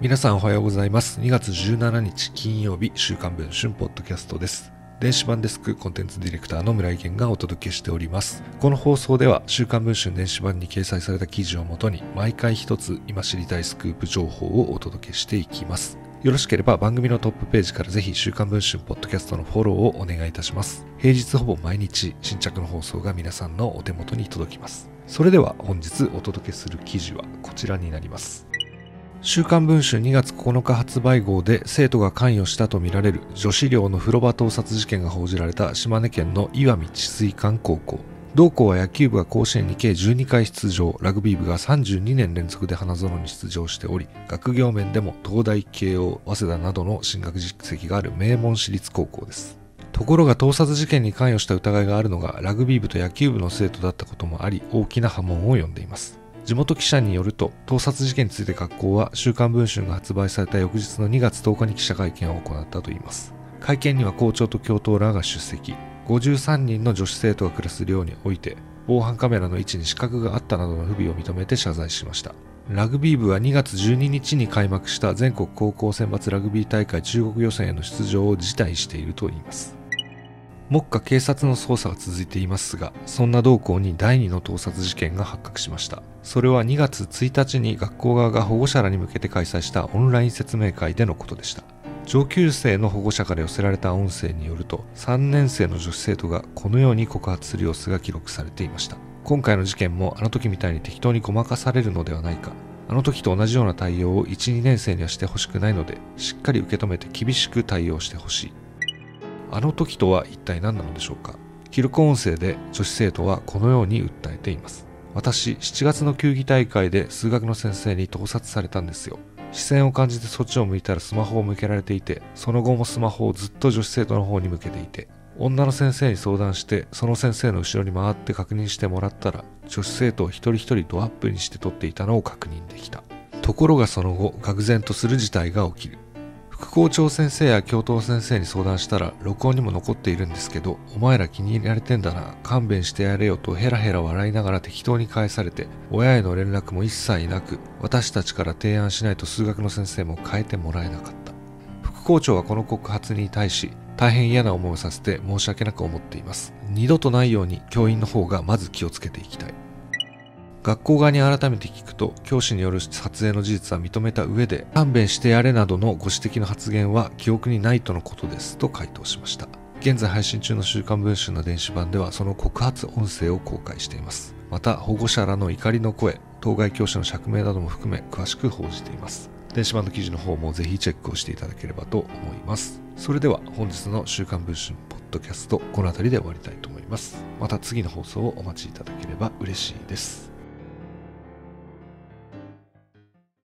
皆さんおはようございます。2月17日金曜日、週刊文春ポッドキャストです。電子版デスクコンテンツディレクターの村井源がお届けしております。この放送では週刊文春電子版に掲載された記事をもとに毎回一つ今知りたいスクープ情報をお届けしていきます。よろしければ番組のトップページからぜひ週刊文春ポッドキャストのフォローをお願いいたします。平日ほぼ毎日新着の放送が皆さんのお手元に届きます。それでは本日お届けする記事はこちらになります。週刊文春2月9日発売号で生徒が関与したとみられる女子寮の風呂場盗撮事件が報じられた島根県の石見智翠館高校。同校は野球部が甲子園に計12回出場、ラグビー部が32年連続で花園に出場しており、学業面でも東大、慶応、早稲田などの進学実績がある名門私立高校です。ところが盗撮事件に関与した疑いがあるのがラグビー部と野球部の生徒だったこともあり、大きな波紋を呼んでいます。地元記者によると、盗撮事件について学校は週刊文春が発売された翌日の2月10日に記者会見を行ったといいます。会見には校長と教頭らが出席。53人の女子生徒が暮らす寮において、防犯カメラの位置に死角があったなどの不備を認めて謝罪しました。ラグビー部は2月12日に開幕した全国高校選抜ラグビー大会中国予選への出場を辞退しているといいます。目下警察の捜査が続いていますが、そんな同校に第2の盗撮事件が発覚しました。それは2月1日に学校側が保護者らに向けて開催したオンライン説明会でのことでした。上級生の保護者から寄せられた音声によると、3年生の女子生徒がこのように告発する様子が記録されていました。今回の事件もあの時みたいに適当にごまかされるのではないか。あの時と同じような対応を1、2年生にはしてほしくないので、しっかり受け止めて厳しく対応してほしい。あの時とは一体何なのでしょうか。記録音声で女子生徒はこのように訴えています。私、7月の球技大会で数学の先生に盗撮されたんですよ。視線を感じてそっちを向いたらスマホを向けられていて、その後もスマホをずっと女子生徒の方に向けていて、女の先生に相談して、その先生の後ろに回って確認してもらったら、女子生徒を一人一人ドアップにして撮っていたのを確認できた。ところがその後、愕然とする事態が起きる。副校長先生や教頭先生に相談したら、録音にも残っているんですけど、お前ら気に入られてんだな、勘弁してやれよとヘラヘラ笑いながら適当に返されて、親への連絡も一切なく、私たちから提案しないと数学の先生も変えてもらえなかった。副校長はこの告発に対し、大変嫌な思いをさせて申し訳なく思っています。二度とないように教員の方がまず気をつけていきたい。学校側に改めて聞くと、教師による撮影の事実は認めた上で、勘弁してやれなどのご指摘の発言は記憶にないとのことですと回答しました。現在配信中の週刊文春の電子版ではその告発音声を公開しています。また保護者らの怒りの声、当該教師の釈明なども含め詳しく報じています。電子版の記事の方もぜひチェックをしていただければと思います。それでは本日の週刊文春ポッドキャスト、この辺りで終わりたいと思います。また次の放送をお待ちいただければ嬉しいです。